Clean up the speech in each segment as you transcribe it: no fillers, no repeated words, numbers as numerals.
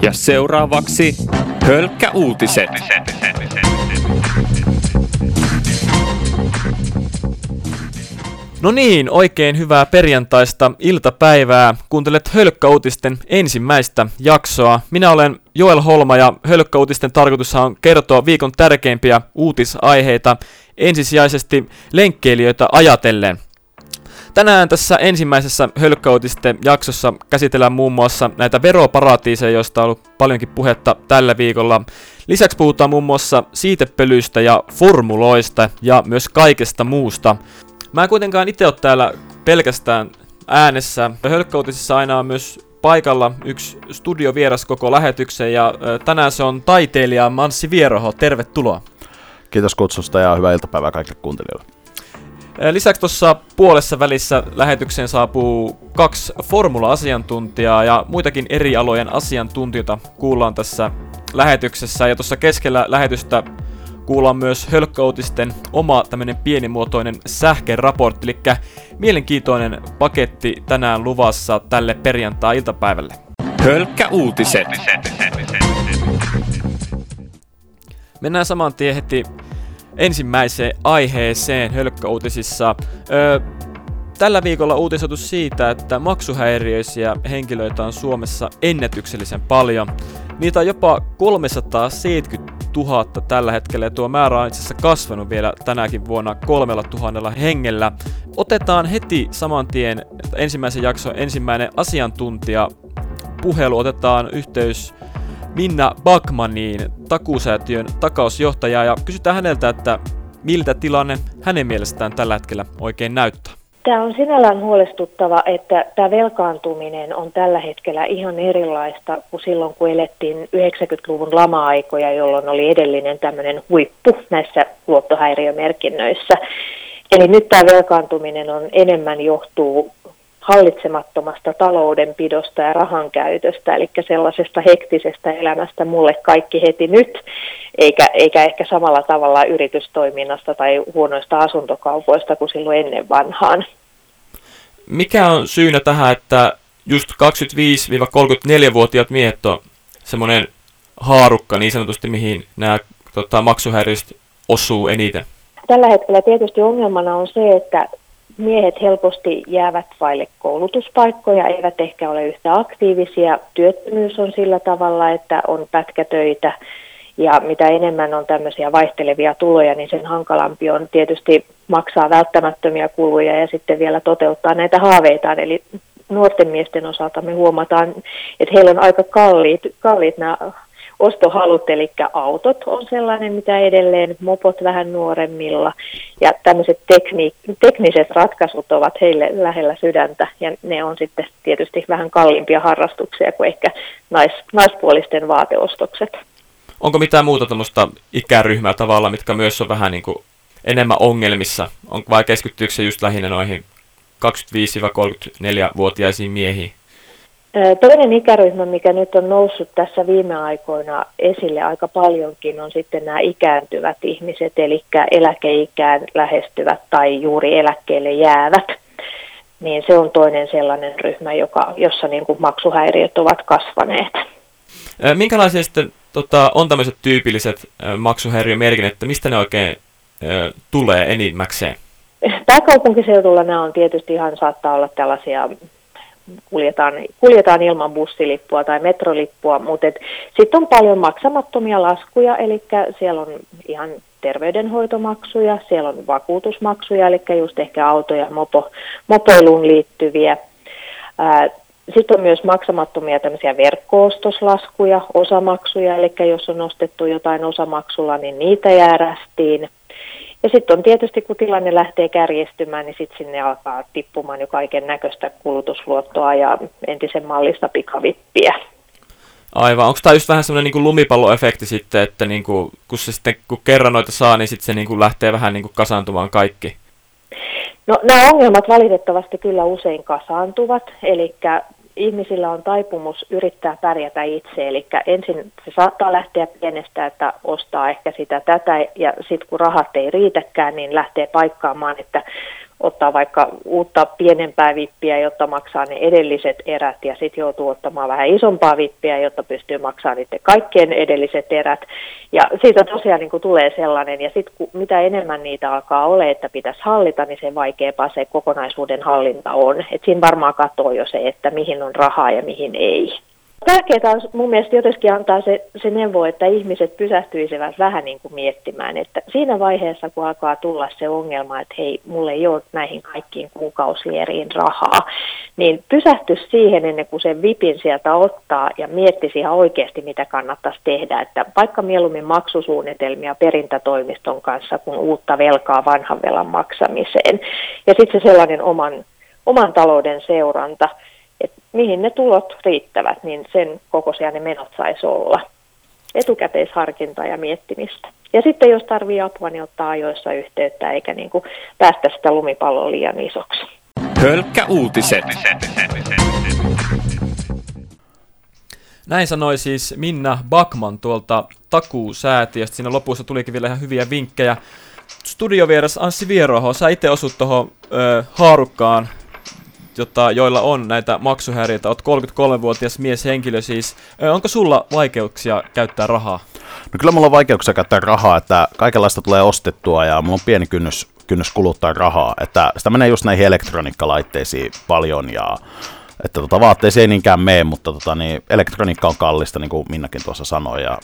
Ja seuraavaksi Hölkkäuutiset. No niin, oikein hyvää perjantaista iltapäivää. Kuuntelet Hölkkäuutisten ensimmäistä jaksoa. Minä olen Joel Holma ja Hölkkäuutisten tarkoitus on kertoa viikon tärkeimpiä uutisaiheita ensisijaisesti lenkkeilijöitä ajatellen. Tänään tässä ensimmäisessä Hölkkäuutisten jaksossa käsitellään muun muassa näitä veroparatiiseja, joista on ollut paljonkin puhetta tällä viikolla. Lisäksi puhutaan muun muassa siitepölyistä ja formuloista ja myös kaikesta muusta. Mä en kuitenkaan itse ole täällä pelkästään äänessä. Hölkkäuutisissa aina on myös paikalla yksi studiovieras koko lähetyksen ja tänään se on taiteilija Manssi Vieroho. Tervetuloa. Kiitos kutsusta ja hyvää iltapäivää kaikille kuuntelijoille. Lisäksi tuossa puolessa välissä lähetykseen saapuu 2 formula-asiantuntijaa ja muitakin eri alojen asiantuntijoita kuullaan tässä lähetyksessä. Ja tuossa keskellä lähetystä kuullaan myös Hölkkäuutisten oma tämmönen pienimuotoinen sähkeraportti, eli mielenkiintoinen paketti tänään luvassa tälle perjantai-iltapäivälle. Hölkkäuutiset. Mennään saman tien heti ensimmäiseen aiheeseen Hölkkäuutisissa. Tällä viikolla uutisoitu siitä, että maksuhäiriöisiä henkilöitä on Suomessa ennätyksellisen paljon. Niitä on jopa 370 000 tällä hetkellä ja tuo määrä on itse asiassa kasvanut vielä tänäkin vuonna 3 000 hengellä. Otetaan heti saman tien ensimmäisen jakson ensimmäinen asiantuntija puhelu. Otetaan yhteys Minna Backmaniin, takuusäätiön takausjohtajaa, ja kysytään häneltä, että miltä tilanne hänen mielestään tällä hetkellä oikein näyttää. Tämä on sinällään huolestuttava, että tämä velkaantuminen on tällä hetkellä ihan erilaista kuin silloin, kun elettiin 90-luvun lama-aikoja, jolloin oli edellinen tämmöinen huippu näissä luottohäiriömerkinnöissä. Eli nyt tämä velkaantuminen on enemmän johtuu hallitsemattomasta taloudenpidosta ja rahankäytöstä, eli sellaisesta hektisestä elämästä mulle kaikki heti nyt, eikä ehkä samalla tavalla yritystoiminnasta tai huonoista asuntokaupoista kuin silloin ennen vanhaan. Mikä on syynä tähän, että just 25-34-vuotiaat miehet on semmoinen haarukka niin sanotusti, mihin nämä maksuhäiriöiset osuu eniten? Tällä hetkellä tietysti ongelmana on se, että miehet helposti jäävät vaille koulutuspaikkoja, eivät ehkä ole yhtä aktiivisia. Työttömyys on sillä tavalla, että on pätkätöitä ja mitä enemmän on tämmöisiä vaihtelevia tuloja, niin sen hankalampi on tietysti maksaa välttämättömiä kuluja ja sitten vielä toteuttaa näitä haaveitaan. Eli nuorten miesten osalta me huomataan, että heillä on aika kalliit nämä ostohalut, eli autot on sellainen, mitä edelleen, mopot vähän nuoremmilla, ja tämmöiset tekniset ratkaisut ovat heille lähellä sydäntä, ja ne on sitten tietysti vähän kalliimpia harrastuksia kuin ehkä naispuolisten vaateostokset. Onko mitään muuta tämmöistä ikäryhmää tavalla, mitkä myös on vähän niin kuin enemmän ongelmissa, vai keskittyykö se just lähinnä noihin 25-34-vuotiaisiin miehiin? Toinen ikäryhmä, mikä nyt on noussut tässä viime aikoina esille aika paljonkin, on sitten nämä ikääntyvät ihmiset, eli eläkeikään lähestyvät tai juuri eläkkeelle jäävät. Niin se on toinen sellainen ryhmä, jossa niin kuin maksuhäiriöt ovat kasvaneet. Minkälaisia sitten on tämmöiset tyypilliset maksuhäiriömerkinnät, että mistä ne oikein tulee enimmäkseen? Pääkaupunkiseudulla nämä on tietysti saattaa olla tällaisia, kuljetaan ilman bussilippua tai metrolippua, mutta sitten on paljon maksamattomia laskuja, eli siellä on ihan terveydenhoitomaksuja, siellä on vakuutusmaksuja, eli just ehkä auto- ja mopoiluun liittyviä. Sitten on myös maksamattomia tämmöisiä verkko-ostoslaskuja, osamaksuja, eli jos on ostettu jotain osamaksulla, niin niitä jää rästiin. Ja sitten on tietysti, kun tilanne lähtee kärjestymään, niin sitten sinne alkaa tippumaan jo kaiken näköistä kulutusluottoa ja entisen mallista pikavippiä. Aivan. Onko tämä just vähän semmoinen niin lumipalloefekti sitten, että niin kuin, kun kerran noita saa, niin sitten se niin kuin lähtee vähän niin kuin kasaantumaan kaikki? No nämä ongelmat valitettavasti kyllä usein kasaantuvat, eli ihmisillä on taipumus yrittää pärjätä itse, eli ensin se saattaa lähteä pienestä, että ostaa ehkä sitä tätä, ja sitten kun rahat ei riitäkään, niin lähtee paikkaamaan, että ottaa vaikka uutta pienempää vippiä, jotta maksaa ne edelliset erät, ja sitten joutuu ottamaan vähän isompaa vippiä, jotta pystyy maksamaan niiden kaikkien edelliset erät. Ja siitä tosiaan niin kuin tulee sellainen, ja sitten mitä enemmän niitä alkaa olla, että pitäisi hallita, niin se vaikeampaa se kokonaisuuden hallinta on. Et siinä varmaan katsoo jo se, että mihin on rahaa ja mihin ei. Tärkeää on mun mielestä jotenkin antaa se neuvo, että ihmiset pysähtyisivät vähän niin kuin miettimään, että siinä vaiheessa, kun alkaa tulla se ongelma, että hei, mulla ei ole näihin kaikkiin kuukausieriin rahaa, niin pysähty siihen ennen kuin sen vipin sieltä ottaa ja miettisi ihan oikeasti, mitä kannattaisi tehdä, että vaikka mieluummin maksusuunnitelmia perintätoimiston kanssa, kuin uutta velkaa vanhan velan maksamiseen. Ja sitten se sellainen oman talouden seuranta, että mihin ne tulot riittävät, niin sen kokoisia ne menot saisi olla. Etukäteisharkintaa ja miettimistä. Ja sitten jos tarvitsee apua, niin ottaa ajoissa yhteyttä, eikä niin kuin päästä sitä lumipalloa liian isoksi. Hölkkäuutiset. Näin sanoi siis Minna Backman tuolta Takuu-säätiöstä. Siinä lopussa tulikin vielä ihan hyviä vinkkejä. Studiovieras Anssi Vieroho, sä itse osut tuohon haarukkaan, joilla on näitä maksuhäiriöitä. Olet 33-vuotias mieshenkilö siis. Onko sulla vaikeuksia käyttää rahaa? No kyllä mulla on vaikeuksia käyttää rahaa, että kaikenlaista tulee ostettua ja mulla on pieni kynnys kuluttaa rahaa. Että sitä menee just näihin elektroniikkalaitteisiin paljon ja että vaatteisiin ei niinkään mene, mutta niin elektroniikka on kallista, niin kuin Minnakin tuossa sanoi. Ja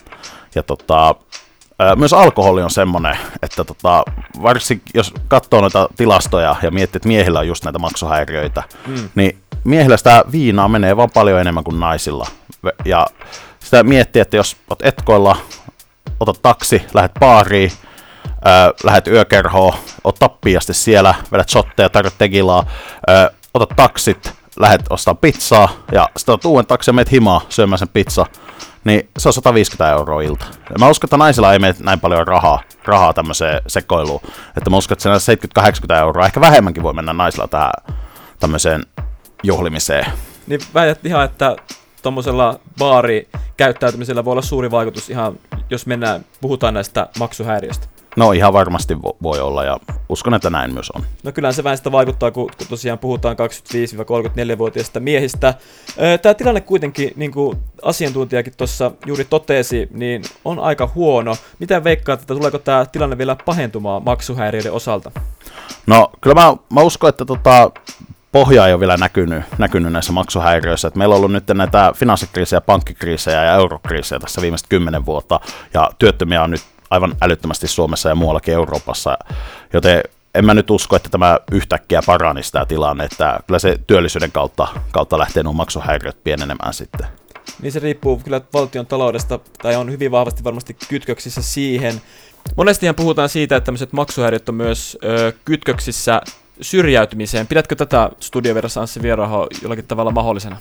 myös alkoholi on semmoinen, että varsinkin jos katsoo noita tilastoja ja miettii, että miehillä on just näitä maksuhäiriöitä, niin miehillä sitä viinaa menee vaan paljon enemmän kuin naisilla. Ja sitä miettii, että jos olet etkoilla, otat taksi, lähdet baariin, lähdet yökerhoon, oot tappiasti siellä, vedät shotteja, tarjot tekilaa, otat taksit, lähdet ostamaan pizzaa ja sitten otat uuden taksin ja menet himaa syömään sen pizza. Niin se on 150 € ilta. Ja mä uskon, että naisilla ei mene näin paljon rahaa tämmöiseen sekoiluun. Että mä uskon, että se 70-80 €, ehkä vähemmänkin voi mennä naisilla tähän tämmöiseen juhlimiseen. Niin väität ihan, että tuommoisella baarikäyttäytymisellä voi olla suuri vaikutus ihan, jos puhutaan näistä maksuhäiriöistä. No ihan varmasti voi olla ja uskon, että näin myös on. No kyllähän se vähän sitä vaikuttaa, kun tosiaan puhutaan 25-34-vuotiaista miehistä. Tämä tilanne kuitenkin, niin kuin asiantuntijakin tuossa juuri totesi, niin on aika huono. Miten veikkaat, että tuleeko tämä tilanne vielä pahentumaan maksuhäiriöiden osalta? No kyllä mä uskon, että pohja ei ole vielä näkynyt näissä maksuhäiriöissä. Et meillä on ollut nyt näitä finanssikriisejä, pankkikriisejä ja eurokriisejä tässä viimeiset 10 vuotta ja työttömiä on nyt aivan älyttömästi Suomessa ja muuallakin Euroopassa, joten en mä nyt usko, että tämä yhtäkkiä paranisi tämä tilanne, että kyllä se työllisyyden kautta lähtee nuo maksuhäiriöt pienenemään sitten. Niin se riippuu kyllä valtion taloudesta, tai on hyvin vahvasti varmasti kytköksissä siihen. Monestihan puhutaan siitä, että tämmöiset maksuhäiriöt on myös kytköksissä syrjäytymiseen. Pidätkö tätä studiovierassa Anssi Vieroho jollakin tavalla mahdollisena?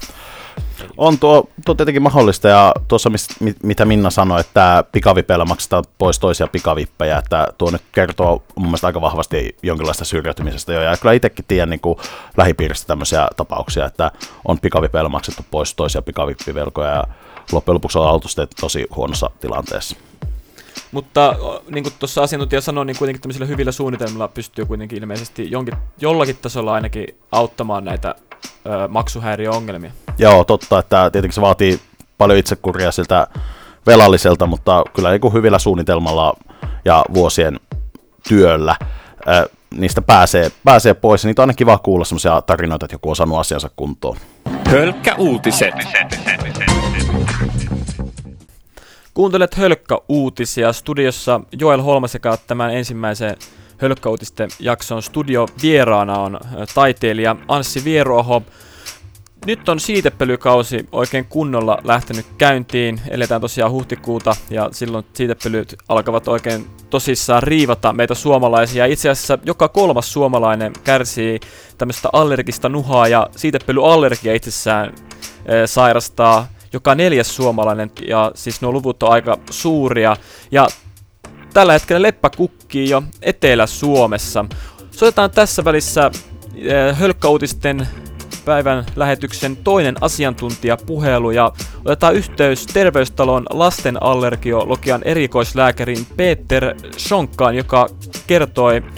On tuo tietenkin mahdollista, ja tuossa mitä Minna sanoi, että pikavipeillä maksetaan pois toisia pikavippejä, että tuo nyt kertoo mun mielestä aika vahvasti jonkinlaista syrjäytymisestä jo, ja kyllä itsekin tiedän niin kuin lähipiiristä tämmöisiä tapauksia, että on pikavipeillä maksettu pois toisia pikavippivelkoja, ja loppujen lopuksi on oltu sitten tosi huonossa tilanteessa. Mutta niin kuin tuossa asiantuntija sanoi, niin kuitenkin tämmöisillä hyvillä suunnitelmilla pystyy kuitenkin ilmeisesti jollakin tasolla ainakin auttamaan näitä maksuhäiriöongelmia. Joo, totta, että tietenkin se vaatii paljon itsekuria siltä velalliselta, mutta kyllä niin kuin hyvillä suunnitelmalla ja vuosien työllä niistä pääsee pois. Ja niitä on aina kiva kuulla semmoisia tarinoita, että joku on saanut asiansa kuntoon. Hölkkäuutiset. Kuuntelet Hölkkäuutisia. Studiossa Joel Holma sekä tämän ensimmäisen Hölkkäuutisten jakson studiovieraana on taiteilija Anssi Vieroho. Nyt on siitepölykausi oikein kunnolla lähtenyt käyntiin. Eletään tosiaan huhtikuuta ja silloin siitepölyt alkavat oikein tosissaan riivata meitä suomalaisia. Itse asiassa joka 3. suomalainen kärsii tämmöistä allergista nuhaa ja siitepölyallergia itsessään sairastaa joka 4. suomalainen, ja siis nuo luvut on aika suuria, ja tällä hetkellä leppä kukkii jo Etelä-Suomessa. Soitetaan tässä välissä Hölkkäuutisten päivän lähetyksen toinen asiantuntijapuhelu, ja otetaan yhteys Terveystalon lastenallergiologian erikoislääkärin Peter Schonkkaan, joka kertoi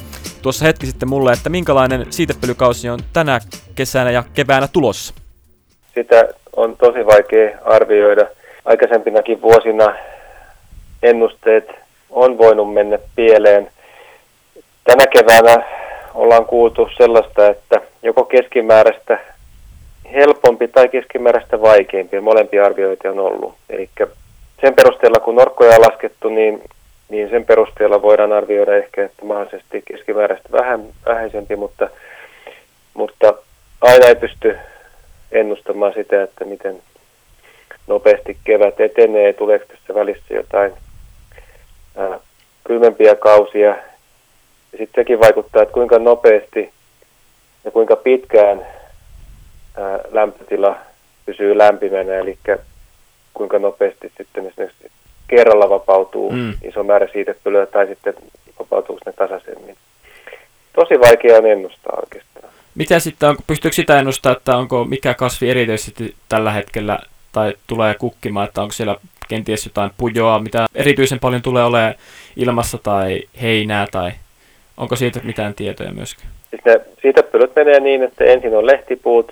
tuossa hetki sitten mulle, että minkälainen siitepölykausi on tänä kesänä ja keväänä tulossa? Sitä on tosi vaikea arvioida. Aikaisempinakin vuosina ennusteet on voinut mennä pieleen. Tänä keväänä ollaan kuultu sellaista, että joko keskimääräistä helpompi tai keskimääräistä vaikeampi. Molempia arvioita on ollut. Eli sen perusteella, kun norkkoja on laskettu, niin sen perusteella voidaan arvioida ehkä, että mahdollisesti keskimääräistä vähäisempi, mutta aina ei pysty ennustamaan sitä, että miten nopeasti kevät etenee, tuleeko tässä välissä jotain kylmempiä kausia. Ja sitten sekin vaikuttaa, että kuinka nopeasti ja kuinka pitkään lämpötila pysyy lämpimänä, eli kuinka nopeasti sitten esimerkiksi kerralla vapautuu iso määrä siitepölyä tai sitten vapautuuko ne tasaisemmin. Tosi vaikea on ennustaa oikeastaan. Mitä sitten, pystyykö sitä ennustaa, että onko mikä kasvi erityisesti tällä hetkellä tai tulee kukkimaan, että onko siellä kenties jotain pujoa, mitä erityisen paljon tulee olemaan ilmassa tai heinää tai onko siitä mitään tietoja myöskään? Siis ne siitepölyt menee niin, että ensin on lehtipuut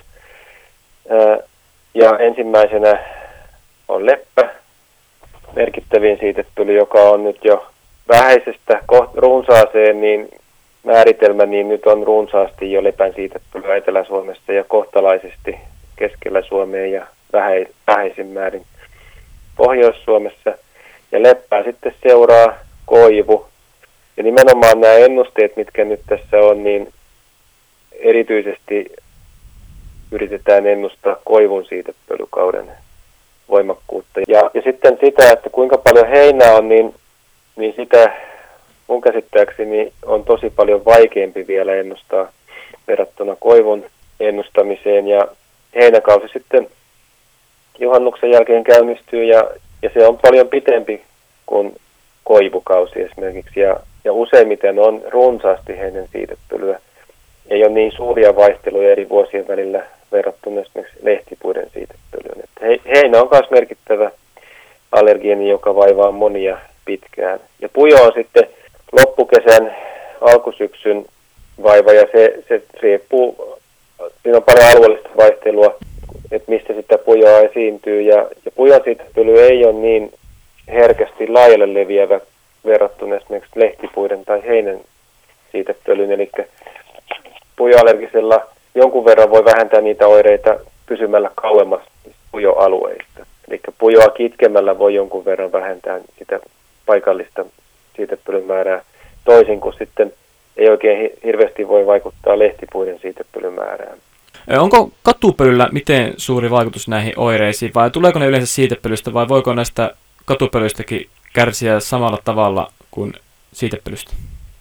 ja ensimmäisenä on leppä, merkittävin siitepöly, joka on nyt jo vähäisestä runsaaseen, niin määritelmä, niin nyt on runsaasti jo lepän siitepölyä Etelä-Suomessa ja kohtalaisesti keskellä Suomea ja vähäisin määrin Pohjois-Suomessa. Ja leppää sitten seuraa koivu. Ja nimenomaan nämä ennusteet, mitkä nyt tässä on, niin erityisesti yritetään ennustaa koivun siitepölykauden voimakkuutta. Ja sitten sitä, että kuinka paljon heinää on, niin sitä mun käsittääkseni on tosi paljon vaikeampi vielä ennustaa verrattuna koivun ennustamiseen. Ja heinäkausi sitten juhannuksen jälkeen käynnistyy ja se on paljon pitempi kuin koivukausi esimerkiksi. Ja useimmiten on runsaasti heinän siitepölyä. Ei ole niin suuria vaihteluja eri vuosien välillä verrattuna esimerkiksi lehtipuiden siitepölyyn. Heinä on myös merkittävä allergeeni, joka vaivaa monia pitkään. Ja pujo on sitten loppukesän, alkusyksyn vaiva ja se riippuu, siinä on paljon alueellista vaihtelua, että mistä sitä pujoa esiintyy. Ja pujon siitepöly ei ole niin herkästi laajalle leviävä verrattuna esimerkiksi lehtipuiden tai heinän siitepölyyn. Eli pujoallergisella jonkun verran voi vähentää niitä oireita pysymällä kauemmas pujoalueista. Eli pujoa kitkemällä voi jonkun verran vähentää sitä paikallista siitepölyn määrää, toisin kuin sitten ei oikein hirveästi voi vaikuttaa lehtipuiden siitepölyn määrään. Onko katupölyllä miten suuri vaikutus näihin oireisiin, vai tuleeko ne yleensä siitepölystä, vai voiko näistä katupölystäkin kärsiä samalla tavalla kuin siitepölystä?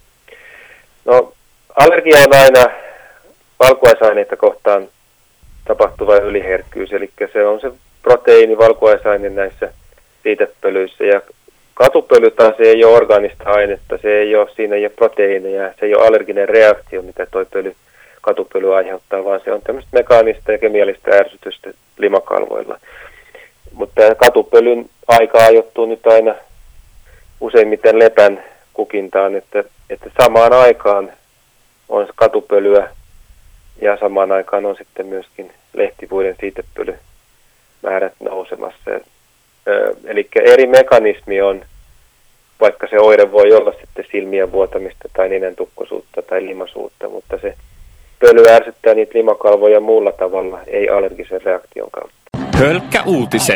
No, allergia on aina valkuaisaineita kohtaan tapahtuva yliherkkyys, eli se on se proteiini, valkuaisaine näissä siitepölyissä, ja katupöly taas ei ole orgaanista ainetta, siinä ei ole proteiineja, se ei ole allerginen reaktio, mitä katupöly aiheuttaa, vaan se on tämmöistä mekaanista ja kemiallista ärsytystä limakalvoilla. Mutta katupölyn aika ajoittuu nyt aina useimmiten lepän kukintaan, että samaan aikaan on katupölyä ja samaan aikaan on sitten myöskin lehtipuiden siitepölymäärät nousemassa. Eli eri mekanismi on, vaikka se oire voi olla sitten silmien vuotamista tai nenäntukkoisuutta tai limaisuutta, mutta se pöly ärsyttää niitä limakalvoja muulla tavalla, ei allergisen reaktion kautta. Hölkkäuutiset.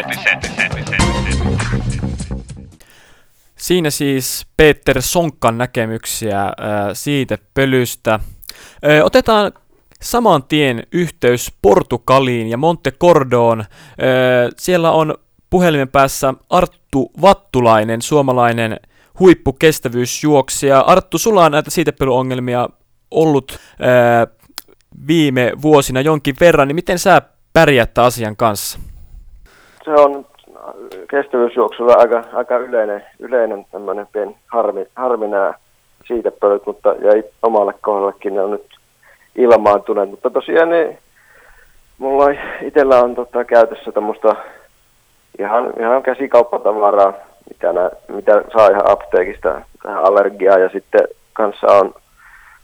Siinä siis Peter Sonkkan näkemyksiä siitepölystä. Otetaan saman tien yhteys Portugaliin ja Montecordoon. Siellä on puhelimen päässä Arttu Vattulainen, suomalainen huippukestävyysjuoksija. Arttu, sulla on näitä siitepölyongelmia ollut viime vuosina jonkin verran, niin miten sä pärjät asian kanssa? Se on kestävyysjuoksulla aika yleinen tämmöinen pieni harmi nämä siitepölyt, mutta jäi omalle kohdallekin ne on nyt ilmaantuneet. Mutta tosiaan mulla itsellä on käytössä tämmöistä ihan käsikauppatavaraa, mitä saa ihan apteekista tähän allergiaan, ja sitten kanssa on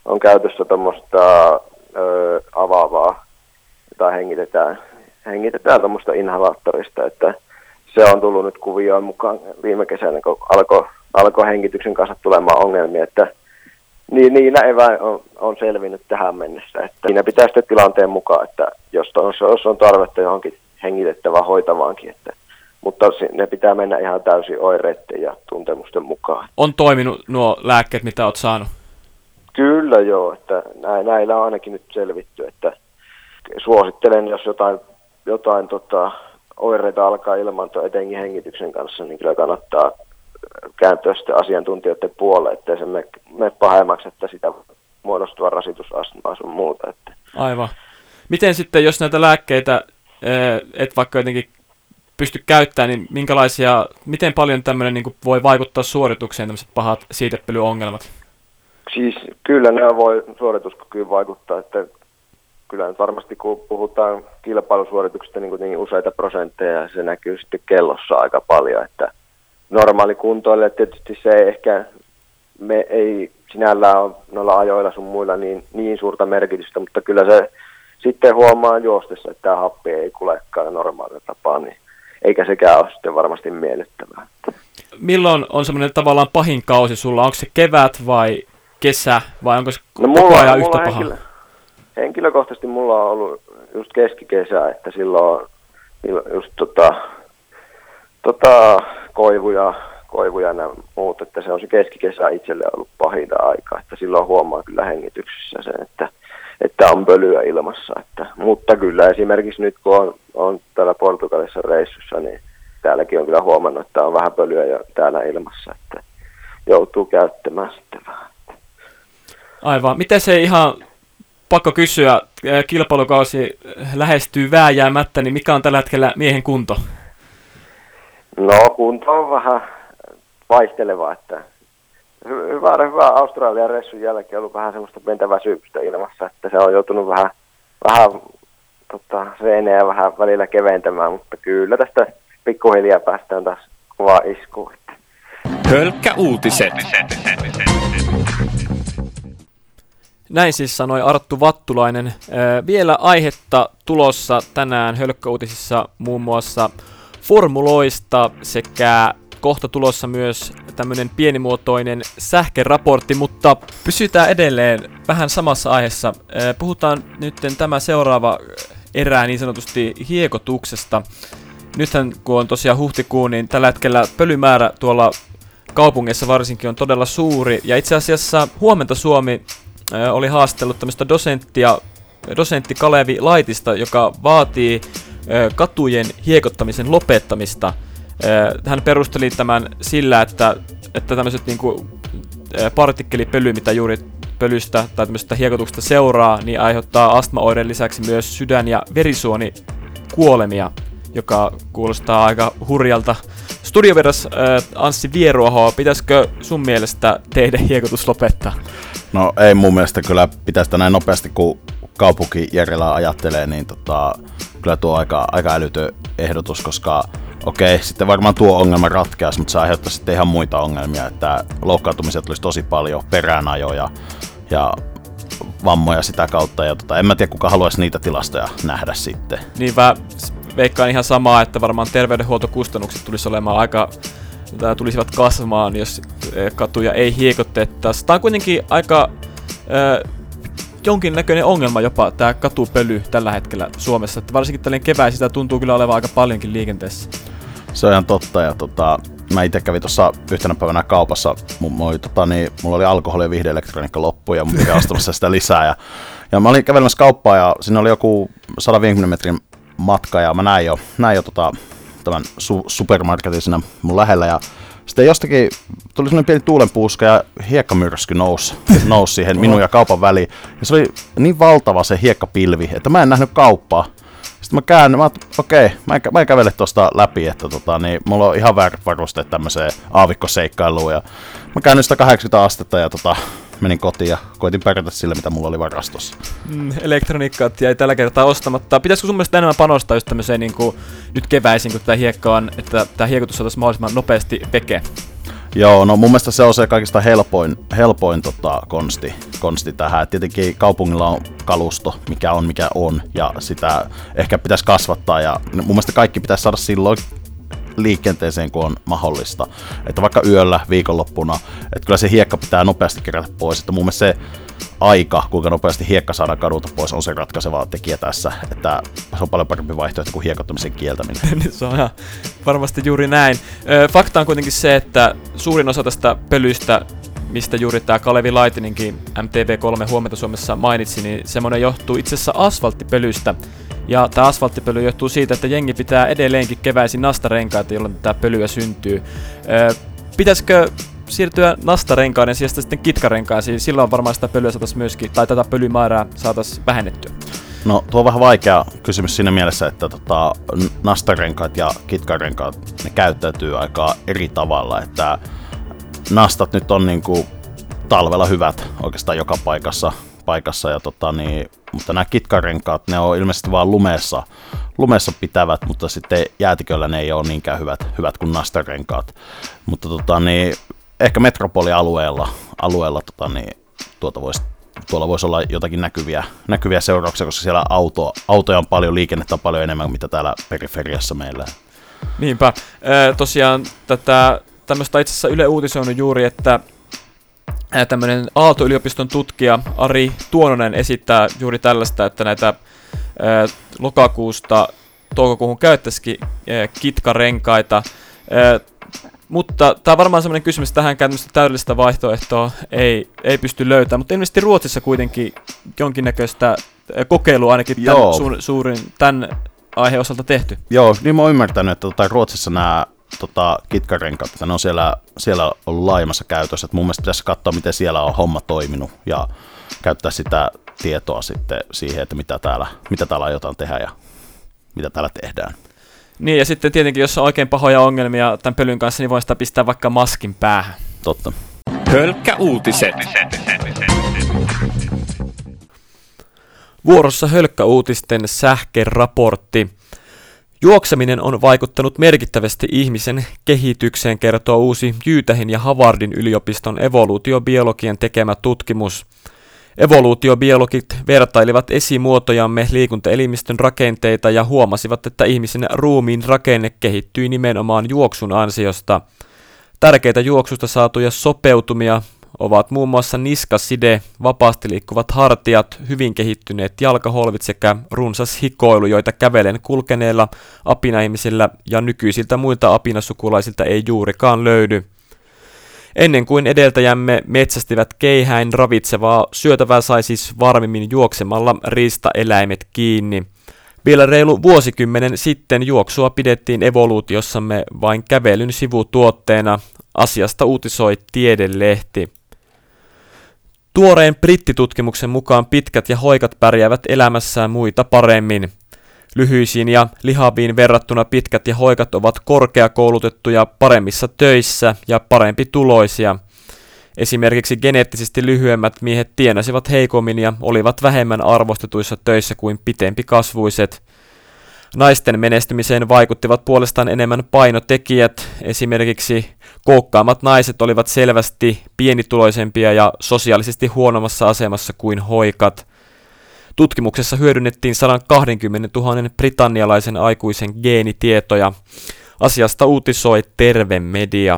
on käytössä tuommoista avaavaa, jota hengitetään tuommoista inhalaattorista, että se on tullut nyt kuvioon mukaan viime kesänä, kun alkoi hengityksen kanssa tulemaan ongelmia, että niillä eväin on selvinnyt tähän mennessä. Että siinä pitää sitten tilanteen mukaan, että jos on tarvetta johonkin hengitettävään hoitavaankin, mutta ne pitää mennä ihan täysin oireiden ja tuntemusten mukaan. On toiminut nuo lääkkeet, mitä olet saanut? Kyllä joo, että näillä on ainakin nyt selvitty, että suosittelen, jos jotain oireita alkaa ilmaantua etenkin hengityksen kanssa, niin kyllä kannattaa kääntyä sitten asiantuntijoiden puolelle, ettei se mene pahemmaksi, että sitä muodostua rasitusastmaa sun muuta. Että. Aivan. Miten sitten, jos näitä lääkkeitä et vaikka jotenkin pysty käyttämään, niin miten paljon tämmöinen niin kuin voi vaikuttaa suoritukseen, tämmöiset pahat siitepölyongelmat? Siis kyllä nämä voi suorituskykyyn vaikuttaa, että kyllä nyt varmasti kun puhutaan kilpailusuorituksista niin useita prosentteja, se näkyy sitten kellossa aika paljon, että normaali kuntoille tietysti se ei ehkä, me ei sinällään ole noilla ajoilla sun muilla niin suurta merkitystä, mutta kyllä se sitten huomaa juostessa, että tämä happi ei kulekaan normaalilla tapaa, niin eikä sekään ole sitten varmasti miellyttävää. Milloin on semmoinen tavallaan pahin kausi sulla? Onko se kevät vai kesä vai onko se koko ajan yhtä paha? Henkilökohtaisesti mulla on ollut just keskikesä, että silloin just koivuja ja muut, että se on se keskikesä itselle ollut pahinta aikaa, että silloin huomaa kyllä hengityksessä sen, että on pölyä ilmassa. Mutta kyllä esimerkiksi nyt kun on täällä Portugalissa reissussa, niin täälläkin on kyllä huomannut, että on vähän pölyä jo täällä ilmassa, että joutuu käyttämään sitten vähän. Aivan. Miten se ihan pakko kysyä, kilpailukausi lähestyy vääjäämättä, niin mikä on tällä hetkellä miehen kunto? No kunto on vähän vaihteleva, että hyvä Australian reissun jälkeen on ollut vähän semmoista pientä väsymystä ilmassa, että se on joutunut vähän reenejä vähän välillä keventämään, mutta kyllä tästä pikkuhiljaa päästään taas kovaa iskuun. Hölkkäuutiset. Näin siis sanoi Arttu Vattulainen. Vielä aihetta tulossa tänään Hölkkäuutisissa muun muassa formuloista sekä kohta tulossa myös tämmöinen pienimuotoinen sähkeraportti, mutta pysytään edelleen vähän samassa aiheessa. Puhutaan nyt tämä seuraava erää niin sanotusti hiekotuksesta. Nythän kun on tosiaan huhtikuu, niin tällä hetkellä pölymäärä tuolla kaupungeissa varsinkin on todella suuri. Ja itse asiassa Huomenta Suomi oli haastellut tämmöistä dosentti Kalevi Laitista, joka vaatii katujen hiekottamisen lopettamista. Hän perusteli tämän sillä, että tämmöiset niinku partikkelipöly, mitä juuri pölystä tai tämmöisestä hiekotuksesta seuraa, niin aiheuttaa astmaoireen lisäksi myös sydän- ja verisuonikuolemia, joka kuulostaa aika hurjalta. Studiovieras Anssi Vieruaho, pitäisikö sun mielestä teidän hiekotus lopettaa? No ei mun mielestä kyllä pitäisi näin nopeasti, kun kaupunki järjellä ajattelee, niin kyllä tuo aika älytön ehdotus, koska okei, sitten varmaan tuo ongelma ratkeaisi, mutta se aiheuttaa sitten ihan muita ongelmia, että loukkaantumisia tulisi tosi paljon, peräänajoja ja vammoja sitä kautta, ja en mä tiedä, kuka haluaisi niitä tilastoja nähdä sitten. Niin veikkaan ihan samaa, että varmaan terveydenhuoltokustannukset tulisivat kasvamaan, jos katuja ei hiekotettaisi. Tämä on kuitenkin aika jonkinnäköinen ongelma jopa, tämä katupöly tällä hetkellä Suomessa. Että varsinkin tällainen keväisin sitä tuntuu kyllä olevan aika paljonkin liikenteessä. Se on ihan totta, ja mä itse kävin tuossa yhtenä päivänä kaupassa, mulla oli alkoholi ja viihdeelektroniikka loppu, ja mun piti ostamassa sitä lisää. Ja mä olin kävelemässä kauppaa, ja siinä oli joku 150 metrin matka, ja mä näin jo tämän supermarketin siinä mun lähellä, ja sitten jostakin tuli sellainen pieni tuulenpuuska ja hiekkamyrsky nousi siihen minun ja kaupan väliin. Ja se oli niin valtava se hiekkapilvi, että mä en nähnyt kauppaa. Sitten mä käännyin, mä en kävele tuosta läpi, että niin mulla on ihan väärät varusteet tämmöiseen aavikkoseikkailuun. Ja mä käännyin 180 astetta ja menin kotiin ja koitin pärjätä sille, mitä mulla oli varastossa. Elektroniikkaat jäi tällä kertaa ostamatta. Pitäisikö sun mielestä enemmän panostaa just tämmöiseen niin kuin nyt keväisin, kun tämä hiekka on, että tämä hiekotus saataisiin mahdollisimman nopeasti veke? Joo, no mun mielestä se on se kaikista helpoin konsti tähän. Et tietenkin kaupungilla on kalusto, mikä on, ja sitä ehkä pitäisi kasvattaa, ja mun mielestä kaikki pitäisi saada silloin liikenteeseen, kun on mahdollista. Että vaikka yöllä, viikonloppuna, että kyllä se hiekka pitää nopeasti kerätä pois. Että mun mielestä se aika, kuinka nopeasti hiekka saadaan kadulta pois, on se ratkaiseva tekijä tässä. Että se on paljon parempi vaihtoehto kuin hiekottamisen kieltäminen. Se on ihan varmasti juuri näin. Fakta on kuitenkin se, että suurin osa tästä pölystä, mistä juuri tämä Kalevi Laitinenkin MTV3 Huomenta Suomessa mainitsi, niin semmoinen johtuu itse asiassa asfalttipölystä. Ja tämä asfalttipöly johtuu siitä, että jengi pitää edelleenkin keväisin nastarenkaita, jolloin tätä pölyä syntyy. Pitäisikö siirtyä nastarenkaiden sijasta sitten kitkarenkaisiin? Silloin varmaan sitä pölyä saataisiin myöskin, tai tätä pölymäärää saataisiin vähennettyä. No tuo on vähän vaikea kysymys siinä mielessä, että nastarenkaat ja kitkarenkaat, ne käyttäytyy aika eri tavalla. Että nastat nyt on niinku talvella hyvät oikeastaan joka paikassa ja mutta nämä kitkarenkaat, ne on ilmeisesti vaan lumessa pitävät, mutta sitten jäätiköllä ne ei ole niinkään hyvät kuin nastarenkaat. Mutta ehkä metropolialueella tuolla voisi olla jotakin näkyviä seurauksia, koska siellä autoja on paljon, liikennettä on paljon enemmän kuin mitä täällä periferiassa meillä. Niinpä. Tosiaan tämmöistä itse asiassa Yle uutisoinut juuri, että tämmöinen Aalto-yliopiston tutkija Ari Tuononen esittää juuri tällaista, että näitä lokakuusta toukokuuhun käyttäisikin kitkarenkaita. Mutta tämä on varmaan semmoinen kysymys, että tähän tämmöistä täydellistä vaihtoehtoa ei pysty löytämään, mutta ilmeisesti Ruotsissa kuitenkin jonkinnäköistä kokeilua ainakin tämän aiheen osalta tehty. Joo, niin mä oon ymmärtänyt, että Ruotsissa nämä kitkarenkaat, että ne on siellä ollut laajemmassa käytössä. Että mun mielestä pitäisi katsoa, miten siellä on homma toiminut ja käyttää sitä tietoa sitten siihen, että mitä täällä aiotaan tehdä ja mitä täällä tehdään. Niin, ja sitten tietenkin, jos on oikein pahoja ongelmia tämän pölyn kanssa, niin voi sitä pistää vaikka maskin päähän. Totta. Hölkkäuutiset. Vuorossa Hölkkäuutisten sähkeraportti. Juokseminen on vaikuttanut merkittävästi ihmisen kehitykseen, kertoo uusi Utah ja Harvardin yliopiston evoluutiobiologian tekemä tutkimus. Evoluutiobiologit vertailivat esimuotojamme liikuntaelimistön rakenteita ja huomasivat, että ihmisen ruumiin rakenne kehittyi nimenomaan juoksun ansiosta. Tärkeitä juoksusta saatuja sopeutumia ovat muun muassa niskaside, vapaasti liikkuvat hartiat, hyvin kehittyneet jalkaholvit sekä runsas hikoilu, joita kävelen kulkeneilla apinaihmisillä ja nykyisiltä muilta apinasukulaisilta ei juurikaan löydy. Ennen kuin edeltäjämme metsästivät keihäin, ravitsevaa syötävää sai siis varmimmin juoksemalla riistaeläimet kiinni. Vielä reilu vuosikymmenen sitten juoksua pidettiin evoluutiossamme vain kävelyn sivutuotteena. Asiasta uutisoi Tiedelehti. Tuoreen brittitutkimuksen mukaan pitkät ja hoikat pärjäävät elämässään muita paremmin. Lyhyisiin ja lihaviin verrattuna pitkät ja hoikat ovat korkeakoulutettuja, paremmissa töissä ja parempi tuloisia. Esimerkiksi geneettisesti lyhyemmät miehet tienasivat heikommin ja olivat vähemmän arvostetuissa töissä kuin pitempikasvuiset. Naisten menestymiseen vaikuttivat puolestaan enemmän painotekijät. Esimerkiksi kookkaammat naiset olivat selvästi pienituloisempia ja sosiaalisesti huonommassa asemassa kuin hoikat. Tutkimuksessa hyödynnettiin 120 000 britannialaisen aikuisen geenitietoja. Asiasta uutisoi Terve Media.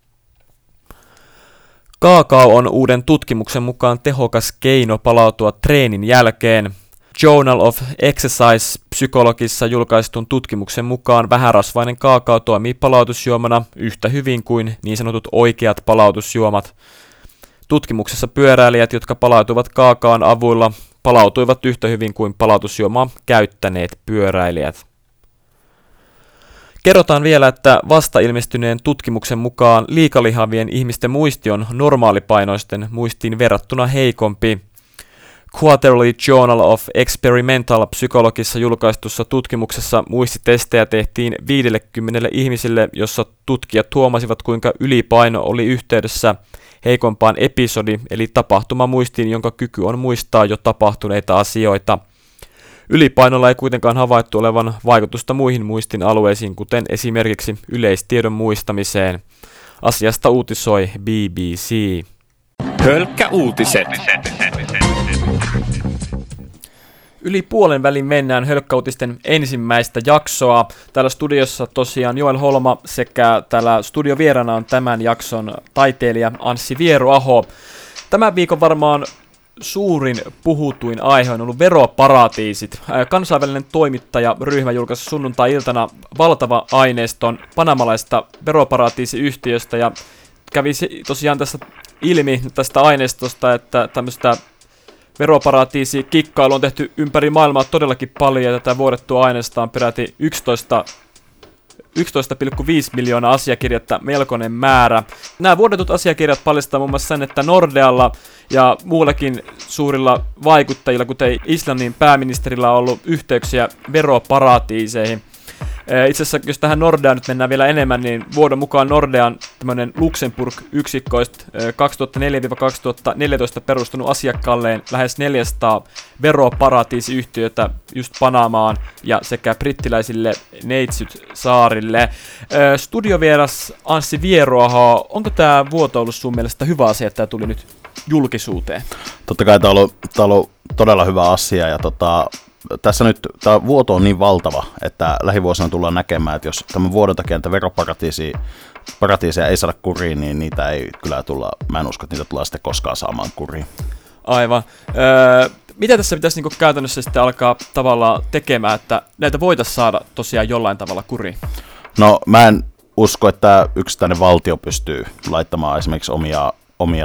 Kaakao on uuden tutkimuksen mukaan tehokas keino palautua treenin jälkeen. Journal of Exercise-psykologissa julkaistun tutkimuksen mukaan vähärasvainen kaakao toimii palautusjuomana yhtä hyvin kuin niin sanotut oikeat palautusjuomat. Tutkimuksessa pyöräilijät, jotka palautuivat kaakaon avulla, palautuivat yhtä hyvin kuin palautusjuomaa käyttäneet pyöräilijät. Kerrotaan vielä, että vasta ilmestyneen tutkimuksen mukaan liikalihavien ihmisten muisti on normaalipainoisten muistiin verrattuna heikompi. Quarterly Journal of Experimental Psychologissa julkaistussa tutkimuksessa muistitestejä tehtiin 50 ihmisille, jossa tutkijat huomasivat, kuinka ylipaino oli yhteydessä heikompaan episodi- eli tapahtumamuistiin, jonka kyky on muistaa jo tapahtuneita asioita. Ylipainolla ei kuitenkaan havaittu olevan vaikutusta muihin muistin alueisiin, kuten esimerkiksi yleistiedon muistamiseen. Asiasta uutisoi BBC. Hölkkäuutiset. Yli puolen välin mennään Hölkkäuutisten ensimmäistä jaksoa. Täällä studiossa tosiaan Joel Holma sekä täällä studiovierana on tämän jakson taiteilija Anssi Vieruaho. Tämän viikon varmaan suurin puhutuin aihe on ollut veroparatiisit. Kansainvälinen toimittajaryhmä julkaisi sunnuntai-iltana valtava aineiston panamalaista veroparatiisiyhtiöstä ja kävi tosiaan tässä ilmi tästä aineistosta, että tämmöistä veroparatiisi-kikkailua on tehty ympäri maailmaa todellakin paljon ja tätä vuodettua aineistoa on peräti 11,5 miljoonaa asiakirjaa, melkoinen määrä. Nämä vuodetut asiakirjat paljastavat muun muassa sen, että Nordealla ja muullakin suurilla vaikuttajilla, kuten Islannin pääministerillä, on ollut yhteyksiä veroparatiiseihin. Itse asiassa, jos tähän Nordeaan nyt mennään vielä enemmän, niin vuodon mukaan Nordean tämmöinen Luxemburg-yksikköistä 2004-2014 perustunut asiakkaalleen lähes 400 veroparatiisiyhtiötä just Panamaan ja sekä brittiläisille Neitsyt-saarille. Studiovieras Anssi Vieruaho, onko tämä vuoto ollut sun mielestä hyvä asia, että tämä tuli nyt julkisuuteen? Totta kai tämä on ollut todella hyvä asia ja tässä nyt tämä vuoto on niin valtava, että lähivuosina tullaan näkemään, että jos tämän vuodon takia näitä veroparatiiseja ei saada kuriin, niin niitä ei kyllä tulla, mä en usko, että niitä tullaan sitten koskaan saamaan kuriin. Aivan. Mitä tässä pitäisi niin käytännössä sitten alkaa tavallaan tekemään, että näitä voitaisiin saada tosiaan jollain tavalla kuriin? No mä en usko, että yksittäinen valtio pystyy laittamaan esimerkiksi omia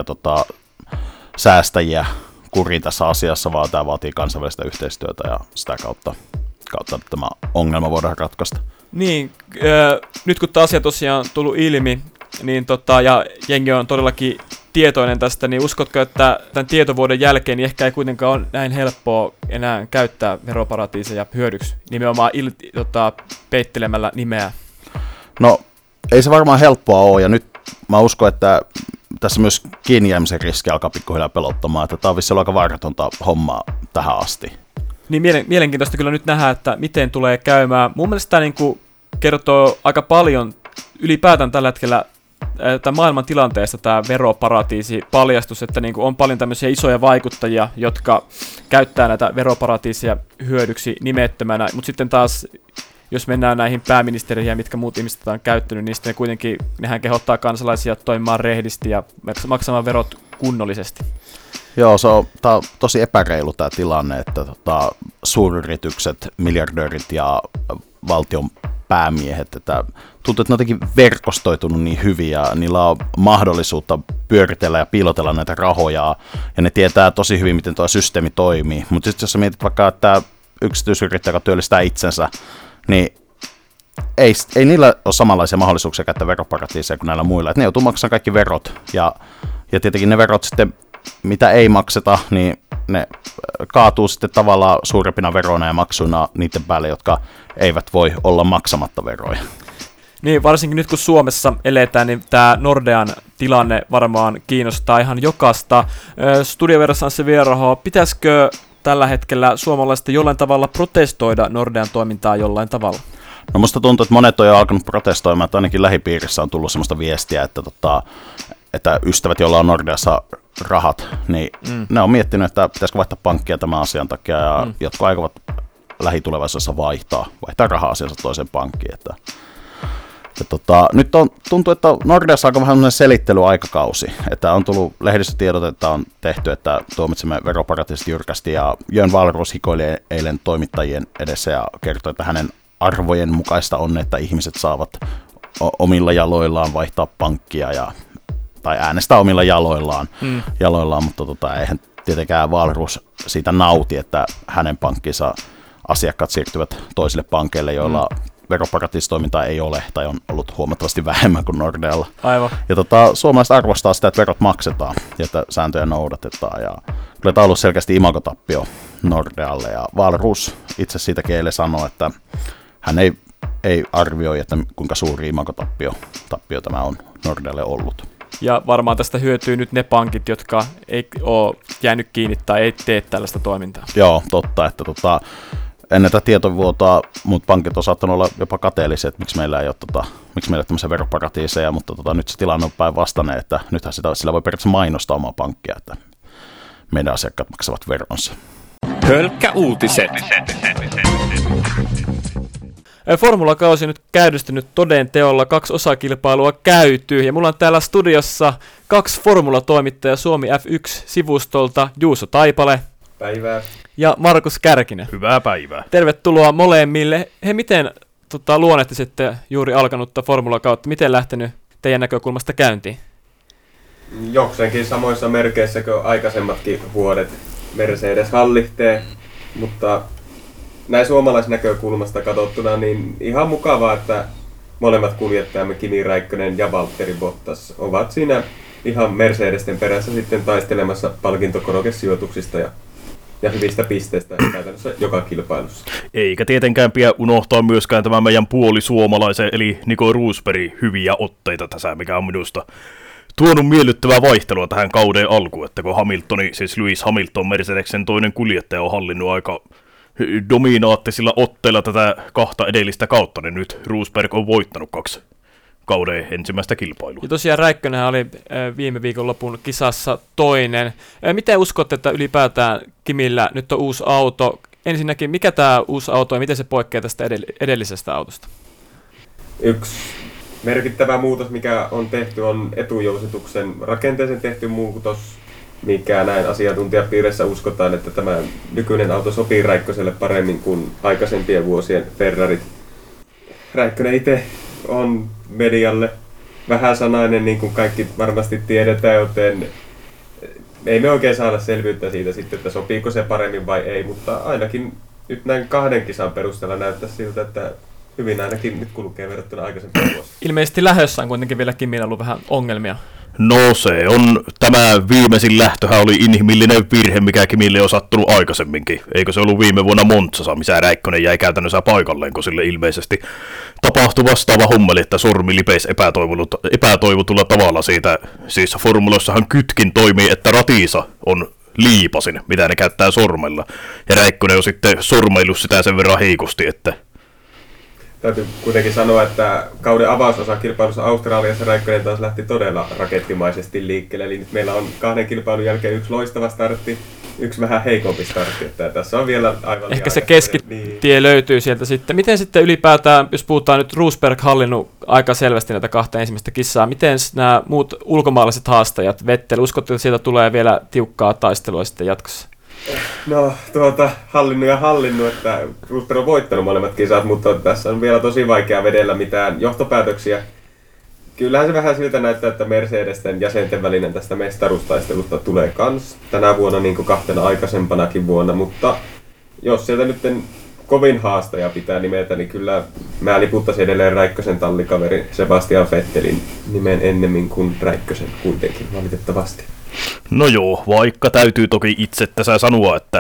säästäjiä kuriin tässä asiassa, vaan tämä vaatii kansainvälistä yhteistyötä ja sitä kautta tämä ongelma voidaan ratkaista. Niin, nyt kun tämä asia tosiaan on tullut ilmi, niin ja jengi on todellakin tietoinen tästä, niin uskotko, että tämän tietovuoden jälkeen niin ehkä ei kuitenkaan ole näin helppoa enää käyttää veroparatiiseja hyödyksi, nimenomaan peittelemällä nimeä? No, ei se varmaan helppoa ole, ja nyt mä uskon, että tässä myös kiinni jäämisen riski alkaa pikkuhiljaa pelottamaan, että tämä on vissi aika vaaratonta hommaa tähän asti. Niin mielenkiintoista kyllä nyt nähdä, että miten tulee käymään. Mun mielestä tämä niin kertoo aika paljon ylipäätään tällä hetkellä tämän maailman tilanteesta tämä veroparatiisi-paljastus, että niin on paljon tämmöisiä isoja vaikuttajia, jotka käyttää näitä veroparatiisia hyödyksi nimettömänä, mutta sitten taas jos mennään näihin pääministeriin, mitkä muut ihmiset on käyttänyt, niin sitten kuitenkin nehän kehottaa kansalaisia toimimaan rehdisti ja maksamaan verot kunnollisesti. Joo, tämä on tosi epäreilu tämä tilanne, että suuryritykset, miljardöörit ja valtion päämiehet, että tuntuu, että ne on jotenkin verkostoitunut niin hyvin ja niillä on mahdollisuutta pyöritellä ja piilotella näitä rahoja ja ne tietää tosi hyvin, miten tuo systeemi toimii. Mutta sitten jos sä mietit vaikka, että yksityisyrittäjä, joka työllistää itsensä, niin ei niillä ole samanlaisia mahdollisuuksia käyttää veroparatiiseja kuin näillä muilla. Et ne joutuu maksamaan kaikki verot ja tietenkin ne verot sitten, mitä ei makseta, niin ne kaatuu sitten tavallaan suurempina veroina ja maksuina niiden päälle, jotka eivät voi olla maksamatta veroja. Niin, varsinkin nyt kun Suomessa eletään, niin tämä Nordean tilanne varmaan kiinnostaa ihan jokaista. Studiovierassa Anssi Vieruaho, pitäisikö tällä hetkellä suomalaiset jollain tavalla protestoida Nordean toimintaa jollain tavalla? No musta tuntuu, että monet on jo alkanut protestoimaan, että ainakin lähipiirissä on tullut sellaista viestiä, että ystävät, joilla on Nordeassa rahat, niin ne on miettinyt, että pitäisikö vaihtaa pankkia tämän asian takia, ja jotkut aikovat lähitulevaisuudessa vaihtaa raha-asiansa toiseen pankkiin. Nyt tuntuu, että Nordeassa on vähän selittelyaikakausi, että on tullut lehdistötiedot, että on tehty, että tuomitsemme veroparatiisit jyrkästi, ja Jön Wahlroos hikoili eilen toimittajien edessä ja kertoi, että hänen arvojen mukaista on, että ihmiset saavat omilla jaloillaan vaihtaa pankkia tai äänestää omilla jaloillaan, mutta eihän tietenkään Wahlroos siitä nauti, että hänen pankkinsa asiakkaat siirtyvät toisille pankeille, joilla veroparatiisitoimintaa ei ole tai on ollut huomattavasti vähemmän kuin Nordealla. Aivan. Ja suomalaiset arvostaa sitä, että verot maksetaan ja että sääntöjä noudatetaan. Ja kyllä tämä on ollut selkeästi imagotappio Nordealle. Ja Wahlroos itse siitäkin eilen sanoi, että hän ei arvioi, että kuinka suuri imagotappio tämä on Nordealle ollut. Ja varmaan tästä hyötyy nyt ne pankit, jotka ei ole jäänyt kiinni tai ei tee tällaista toimintaa. Joo, totta. Että ennen tätä tietovuotoa muut pankit on saattanut olla jopa kateellisia, että miksi meillä ei ole tämmöisiä veroparatiiseja, mutta nyt se tilanne on päinvastainen, että nythän sillä voi periaatteessa mainostaa omaa pankkia, että meidän asiakkaat maksavat veronsa. Hölkkäuutiset. Formulakausi nyt käydystynyt toden teolla, 2 osakilpailua käyty, ja mulla on täällä studiossa 2 formulatoimittajaa Suomi F1-sivustolta, Juuso Taipale. Päivää. Ja Markus Kärkinen. Hyvää päivää. Tervetuloa molemmille. He, miten luonnehtisitte juuri alkanutta formulakautta? Miten lähtenyt teidän näkökulmasta käyntiin? Jokseenkin samoissa merkeissä kuin aikaisemmatkin vuodet Mercedes hallihtee, mutta näin suomalaisnäkökulmasta katsottuna niin ihan mukavaa, että molemmat kuljettajamme Kimi Räikkönen ja Valtteri Bottas ovat siinä ihan Mercedesten perässä sitten taistelemassa palkintokorokesijoituksista ja hyvistä pisteistä käytännössä joka kilpailussa. Eikä tietenkään pidä unohtaa myöskään tämä meidän puolisuomalaisen eli Nico Rosbergin hyviä otteita tässä, mikä on minusta tuonut miellyttävää vaihtelua tähän kauden alkuun, että kun siis Lewis Hamilton, Mercedesen toinen kuljettaja, on hallinnut aika dominaattisilla otteilla tätä 2 edellistä kautta, niin nyt Rosberg on voittanut 2 kauden ensimmäistä kilpailua. Ja tosiaan Räikkönen oli viime viikonlopun kisassa toinen. Miten uskotte, että ylipäätään Kimillä nyt on uusi auto? Ensinnäkin, mikä tämä uusi auto ja miten se poikkeaa tästä edellisestä autosta? Yksi merkittävä muutos, mikä on tehty, on etujousituksen rakenteeseen tehty muutos, mikä näin asiantuntijapiirissä uskotaan, että tämä nykyinen auto sopii Räikköselle paremmin kuin aikaisempien vuosien Ferrarit. Räikkönen itse on medialle vähäsanainen, niin kuin kaikki varmasti tiedetään, joten ei me oikein saada selvyyttä siitä sitten, että sopiiko se paremmin vai ei, mutta ainakin nyt näin 2 kisan perusteella näyttää siltä, että hyvin ainakin nyt kulkee verrattuna aikaisempaan vuosiin. Ilmeisesti lähdössä on kuitenkin vielä Kimillä ollut vähän ongelmia. No se on, tämä viimeisin lähtöhän oli inhimillinen virhe, mikä Kimille on sattunut aikaisemminkin. Eikö se ollut viime vuonna Monzassa, missä Räikkönen jäi käytännössä paikalleen, kun sille ilmeisesti tapahtui vastaava hommeli, että sormi lipesi epätoivotulla tavalla siitä. Siis formuloissahan kytkin toimii, että ratiisa on liipasin, mitä ne käyttää sormella. Ja Räikkönen on sitten sormeillut sitä sen verran heikosti, että täytyy kuitenkin sanoa, että kauden avausosakilpailussa Australiassa Räikkönen taas lähti todella rakettimaisesti liikkeelle. Eli nyt meillä on 2 kilpailun jälkeen 1 loistava startti, 1 vähän heikompi startti. Että tässä on vielä aivan ehkä se keskitie löytyy sieltä sitten. Miten sitten ylipäätään, jos puhutaan nyt Rosberg hallinnut aika selvästi näitä 2 ensimmäistä kissaa, miten nämä muut ulkomaalaiset haastajat, Vettel, uskotte, että sieltä tulee vielä tiukkaa taistelua sitten jatkossa? No, hallinnut, että Rosberg on voittanut molemmat kisat, mutta tässä on vielä tosi vaikea vedellä mitään johtopäätöksiä. Kyllähän se vähän siltä näyttää, että Mercedesten jäsenten välinen tästä mestaruustaistelusta tulee kans tänä vuonna niin kuin 2 aikaisempanakin vuonna, mutta jos sieltä nyt kovin haastaja pitää nimetä, niin kyllä mä liputtaisin edelleen Räikkösen tallikaverin Sebastian Vettelin nimen ennemmin kuin Räikkösen kuitenkin valitettavasti. No joo, vaikka täytyy toki itse tässä sanoa, että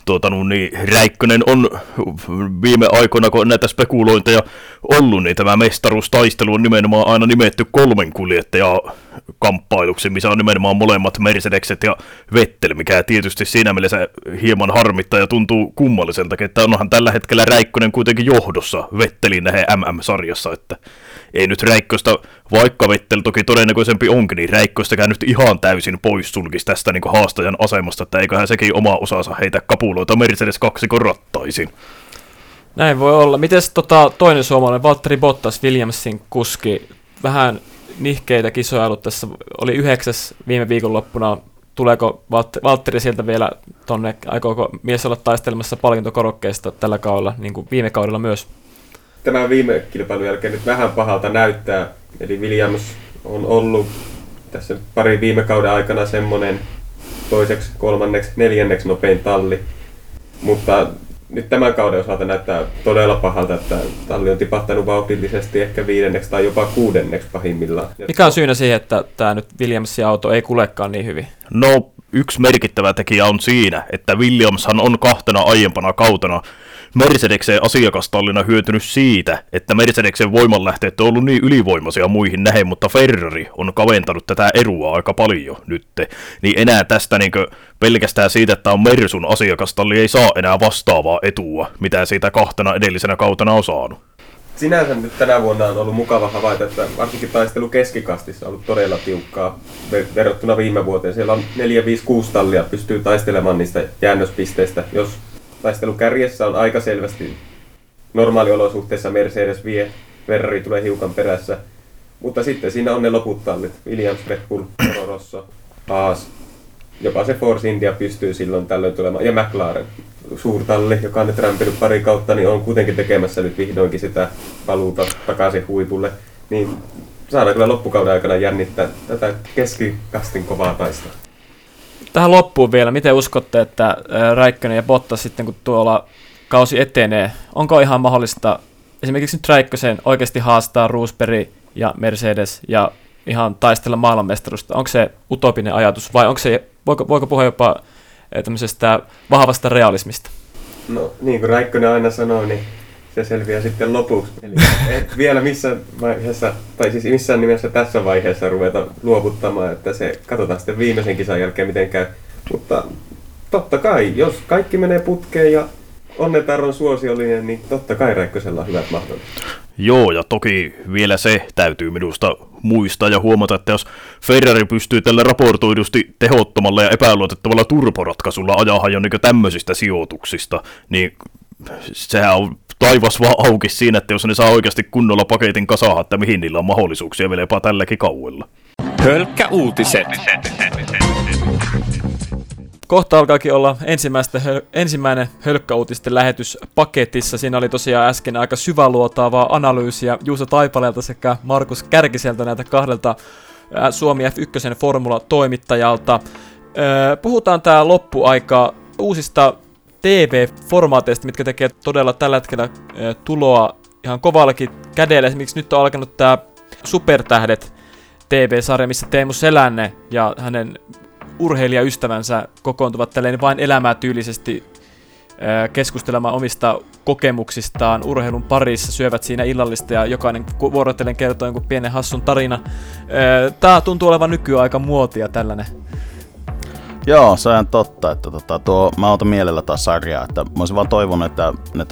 Räikkönen on viime aikoina, kun on näitä spekulointeja ollut, niin tämä mestaruustaistelu on nimenomaan aina nimetty 3 kuljettajan kamppailuksi, missä on nimenomaan molemmat Mercedekset ja Vettel, mikä tietysti siinä mielessä hieman harmittaa ja tuntuu kummalliseltakin, että onhan tällä hetkellä Räikkönen kuitenkin johdossa Vettelin nähden MM-sarjassa, että ei nyt Räikköstä, vaikka Vettel toki todennäköisempi onkin, niin Räikköstäkään nyt ihan täysin poissulkisi tästä niin kuin haastajan asemasta, että eiköhän sekin oma osansa heitä kapuloita Mercedes 2 rattaisin. Näin voi olla. Mites toinen suomalainen, Valtteri Bottas, Williamsin kuski, vähän nihkeitä kisoja ollut tässä, oli 9. viime viikonloppuna. Tuleeko Valtteri sieltä vielä tonne, aikooko mies olla taistelemassa palkintokorokkeista tällä kaudella, niin kuin viime kaudella myös? Tämän viime kilpailun jälkeen nyt vähän pahalta näyttää, eli Williams on ollut tässä pari viime kauden aikana semmoinen 2., 3., 4. nopein talli, mutta nyt tämän kauden osalta näyttää todella pahalta, että talli on tipahtanut vauhdillisesti ehkä 5. tai jopa 6. pahimmillaan. Mikä on syynä siihen, että tämä nyt Williamsin auto ei kulekaan niin hyvin? No, yksi merkittävä tekijä on siinä, että Williamshan on 2 aiempana kautena Mercedeksen asiakastallina hyötynyt siitä, että Mercedeksen voimanlähteet on ollut niin ylivoimaisia muihin nähden, mutta Ferrari on kaventanut tätä eroa aika paljon nyt. Niin enää tästä pelkästään siitä, että on Mersun asiakastalli, ei saa enää vastaavaa etua, mitä siitä 2 edellisenä kautena on saanut. Sinänsä nyt tänä vuonna on ollut mukava havaita, että varsinkin taistelu keskikastissa on ollut todella tiukkaa verrattuna viime vuoteen. Siellä on 4, 5, 6 tallia pystyy taistelemaan niistä jäännöspisteistä. Jos taistelu kärjessä on aika selvästi normaaliolosuhteessa Mercedes vie, Ferrari tulee hiukan perässä. Mutta sitten siinä on ne loput tallit. Williams, Red Bull, Toro Rosso, Haas. Jopa se Force India pystyy silloin tällöin tulemaan. Ja McLaren, suurtalli, joka on nyt rämpinyt pari kautta, niin on kuitenkin tekemässä nyt vihdoinkin sitä paluuta takaisin huipulle. Niin saadaan kyllä loppukauden aikana jännittää tätä keskikastin kovaa taistelua. Tähän loppuun vielä, miten uskotte, että Räikkönen ja Bottas sitten kun tuolla kausi etenee, onko ihan mahdollista esimerkiksi nyt Räikkösen oikeasti haastaa Rosberg ja Mercedes ja ihan taistella maailmanmestaruudesta? Onko se utopinen ajatus vai onko se, voiko puhua jopa tämmöisestä vahvasta realismista? No niin kuin Räikkönen aina sanoo, niin se selviää sitten lopuksi. Eli et vielä missään vaiheessa, tai siis missään nimessä tässä vaiheessa ruveta luovuttamaan, että se katsotaan sitten viimeisen kisan jälkeen miten käy. Mutta totta kai, jos kaikki menee putkeen ja Onnetar on suosiollinen, niin totta kai Räikkösellä on hyvät mahdollisuudet. Joo, ja toki vielä se täytyy minusta muistaa ja huomata, että jos Ferrari pystyy tällä raportoidusti tehottomalla ja epäluotettavalla turboratkaisulla ajahan jo niin tämmöisistä sijoituksista, niin sehän on taivas vaan auki siinä, että jos ne saa oikeasti kunnolla paketin kasaan, että mihin niillä on mahdollisuuksia vielä jopa tälläkin kauella. Hölkkäuutiset. Kohta alkaakin olla ensimmäinen Hölkkäuutisten lähetys paketissa. Siinä oli tosiaan äsken aika syväluotaavaa analyysiä Juuso Taipaleelta sekä Markus Kärkiseltä näitä 2 Suomi F1 Formula-toimittajalta. Puhutaan tää loppuaika uusista TV-formaateista, mitkä tekee todella tällä hetkellä tuloa ihan kovallakin kädellä. Esimerkiksi nyt on alkanut tää Supertähdet TV-sarja, missä Teemu Selänne ja hänen urheilijaystävänsä kokoontuvat tälleen vain elämää tyylisesti keskustelemaan omista kokemuksistaan urheilun parissa, syövät siinä illallista ja jokainen vuorotellen kertoo jonkun pienen hassun tarina. Tää tuntuu olevan nykyään aika muotia tällainen. Joo, se on totta, että mä otan mielellä taas sarjaa, että mä olisin vaan toivonut, että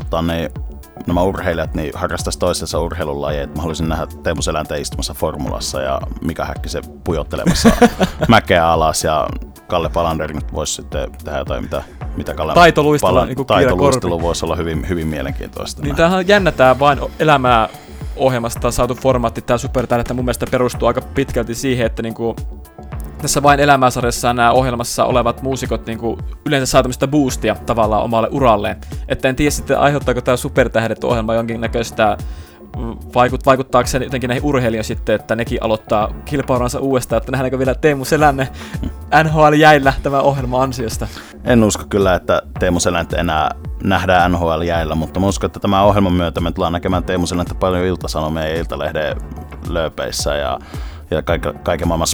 nämä urheilijat niin harrastaisi toisensa urheilulajeja, että mä haluaisin nähdä Teemu Selänteen istumassa formulassa ja Mika Häkkisen pujottelemassa mäkeä alas ja Kalle Palander nyt voisi sitten tehdä jotain, mitä Kalle taitoluistelu voisi olla hyvin, hyvin mielenkiintoista. Niin tämähän on jännä tää vain elämää ohjelmasta saatu formaatti, tää Supertähdet mun mielestä perustuu aika pitkälti siihen, että niinku tässä vain elämäsarjassa nämä ohjelmassa olevat muusikot niinku yleensä saa tämmöistä boostia tavallaan omalle uralleen. Että en tiedä sitten aiheuttaako tämä Supertähdet-ohjelma jonkinnäköistä, vaikuttaako se jotenkin näihin urheilijoihin sitten, että nekin aloittaa kilpailuansa uudestaan, että nähdäänkö vielä Teemu Selänne NHL-jäillä tämän ohjelman ansiosta? En usko kyllä, että Teemu Selänne enää nähdään NHL-jäillä, mutta mä uskon, että tämän ohjelman myötä me tullaan näkemään Teemu Selänne paljon Ilta-Sanomien ja Iltalehden lööpeissä ja kaiken maailman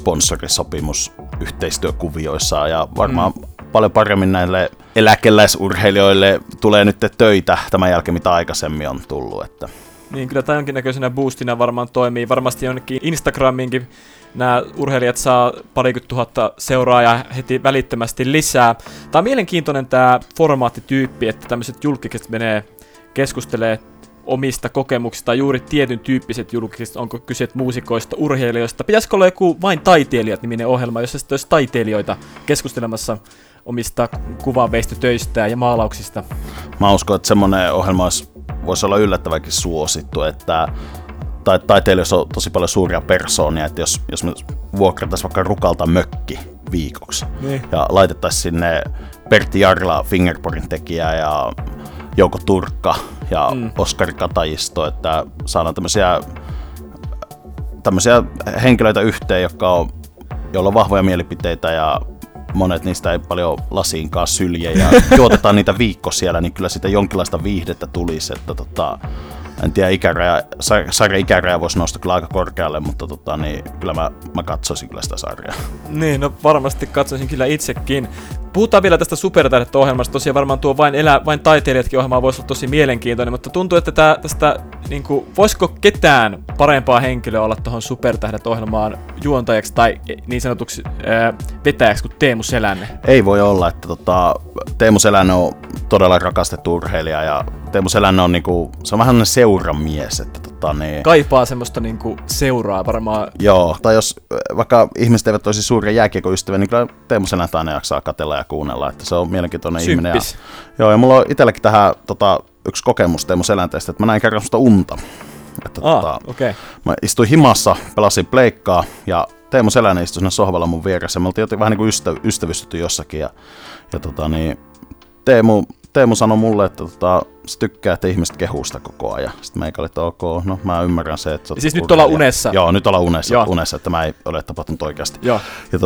sponsorisopimusyhteistyökuvioissa ja varmaan paljon paremmin näille eläkeläisurheilijoille tulee nyt töitä tämän jälkeen, mitä aikaisemmin on tullut. Että. Niin, kyllä tämä jonkinnäköisenä boostina varmaan toimii. Varmasti jonnekin Instagramiinkin nämä urheilijat saa 20 000 seuraajaa heti välittömästi lisää. Tämä on mielenkiintoinen tämä formaattityyppi, että tämmöiset julkiset menee keskustelemaan omista kokemuksista, juuri tietyn tyyppiset julkiset, onko kyse muusikoista, urheilijoista. Pitäisikö olla joku vain taiteilijat-niminen ohjelma, jossa sitten olisi taiteilijoita keskustelemassa omista kuvanveistotöistä ja maalauksista? Mä uskon, että semmoinen ohjelma voisi olla yllättävänkin suosittu, että taiteilijoissa on tosi paljon suuria persoonia, että jos me vuokrataisiin vaikka Rukalta mökki viikoksi ja laitettaisiin sinne Pertti Jarla, Fingerboardin tekijä ja Jouko Turkka ja Oskari Katajisto, että saadaan tämmöisiä henkilöitä yhteen, joilla on vahvoja mielipiteitä ja monet niistä ei paljon lasiinkaan sylje ja juotetaan niitä viikko siellä, niin kyllä siitä jonkinlaista viihdettä tulisi, että en tiedä, sarjan ikäraja voisi nousta kyllä aika korkealle, mutta niin, kyllä mä katsoisin kyllä sitä sarjaa. Niin, no varmasti katsoisin kyllä itsekin. Puhutaan vielä tästä Supertähdet-ohjelmasta. Tosiaan varmaan tuo vain taiteilijatkin ohjelmaa voisi olla tosi mielenkiintoinen, mutta tuntuu, että tästä, niin kuin, voisiko ketään parempaa henkilöä olla tuohon Supertähdet-ohjelmaan juontajaksi tai niin sanotuksi vetäjäksi kuin Teemu Selänne? Ei voi olla, että Teemu Selänne on todella rakastettu urheilija ja Teemu Selänne on, niinku, se on vähän sellainen seuramies. Että, kaipaa semmoista niinku, seuraa varmaan. Joo, tai jos vaikka ihmiset eivät olisi suuria jääkiekoystäviä, niin kyllä Teemu Selänne aina jaksaa katsella ja kuunnella, että se on mielenkiintoinen ihminen. Ja mulla on itselläkin tähän yksi kokemus Teemu Selänteestä, että mä näin kerran sitä unta. Että, okay. Mä istuin himassa, pelasin pleikkaa ja Teemu Selänne istui siinä sohvalla mun vieressä. Me oltiin vähän niin kuin ystävystytty jossakin ja Teemu sanoi mulle, että se tykkää, että ihmiset kehuu sitä koko ajan. Sitten meikä oli, että ok, no mä ymmärrän se, että... Siis nyt ollaan unessa? Joo, nyt ollaan unessa, että mä ei ole tapahtunut oikeasti. Joo.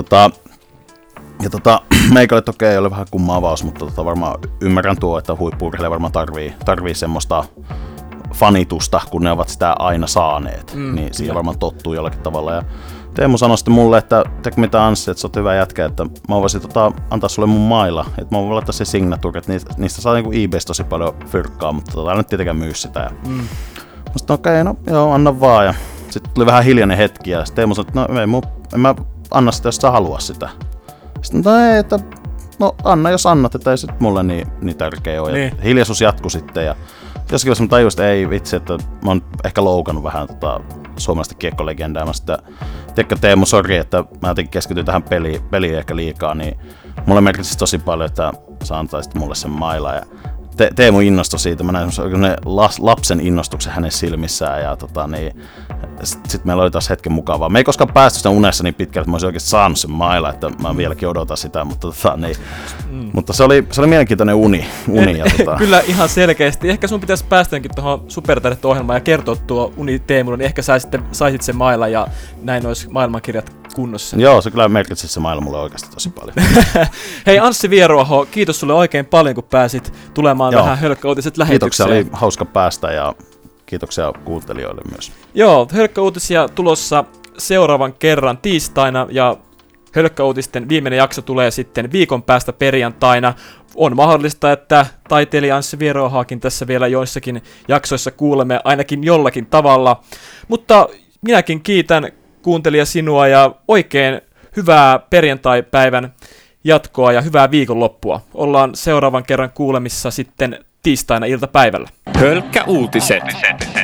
Ja meikä oli, että okei, oli vähän kumma avaus, mutta varmaan ymmärrän tuo, että huippu-urheilija varmaan tarvii semmoista fanitusta, kun ne ovat sitä aina saaneet. Niin siihen varmaan tottuu jollakin tavalla. Ja Teemu sanoi sitten mulle, että teko mitä Anssi, että sä oot hyvä jätkä, että mä voisin antaa sulle mun mailla, että mä voin laittaa se signature, että niistä saa niinku eBaystä tosi paljon fyrkkaa, mutta älä nyt tietenkään myy sitä. Ja mä sitten okei, no joo, anna vaan. Ja sitten tuli vähän hiljainen hetki ja sitten Teemu sanoi, että no en mä anna sitä, jos sä halua sitä. Sitten ei, että no anna jos annat, että ei sit mulle niin tärkeä ole. Niin. Hiljaisuus jatkui sitten ja jossakin vaiheessa mä tajusin, että ei vitsi, että mä oon ehkä loukannut vähän suomalaista kiekkolegendaa. Mä sitten, tiedätkö Teemu, sori, että mä jotenkin keskityin tähän peliin ehkä liikaa, niin mulle merkitsi tosi paljon, että sä antaisit mulle sen maila. Ja Teemu innostui siitä, mä näin lapsen innostuksen hänen silmissään ja sitten meillä oli taas hetken mukavaa. Me ei koskaan päästy sitä unessa niin pitkään, että mä olisin oikeasti saanut sen maila, että mä vieläkin odotan sitä, mutta se oli mielenkiintoinen uni ja Kyllä ihan selkeästi. Ehkä sun pitäisi päästäkin tuohon Supertähdet-ohjelmaan ja kertoa tuo uni Teemulle, niin ehkä saisit sen maila ja näin olisi maailmankirjat kunnossa. Joo, se kyllä merkitsi se maila mulle oikeasti tosi paljon. Hei Anssi Vieruaho, kiitos sulle oikein paljon, kun pääsit tulemaan tähän Hölkkäuutiset lähetykseen. Kiitoksia, oli hauska päästä ja kiitoksia kuuntelijoille myös. Joo, Hölkkäuutisia tulossa seuraavan kerran tiistaina ja Hölkkäuutisten viimeinen jakso tulee sitten viikon päästä perjantaina. On mahdollista, että taiteilija Anssi Vieruahoakin tässä vielä joissakin jaksoissa kuulemme ainakin jollakin tavalla. Mutta minäkin kiitän kuuntelija sinua ja oikein hyvää perjantaipäivän jatkoa ja hyvää viikonloppua. Ollaan seuraavan kerran kuulemissa sitten tiistaina iltapäivällä. Hölkkäuutiset.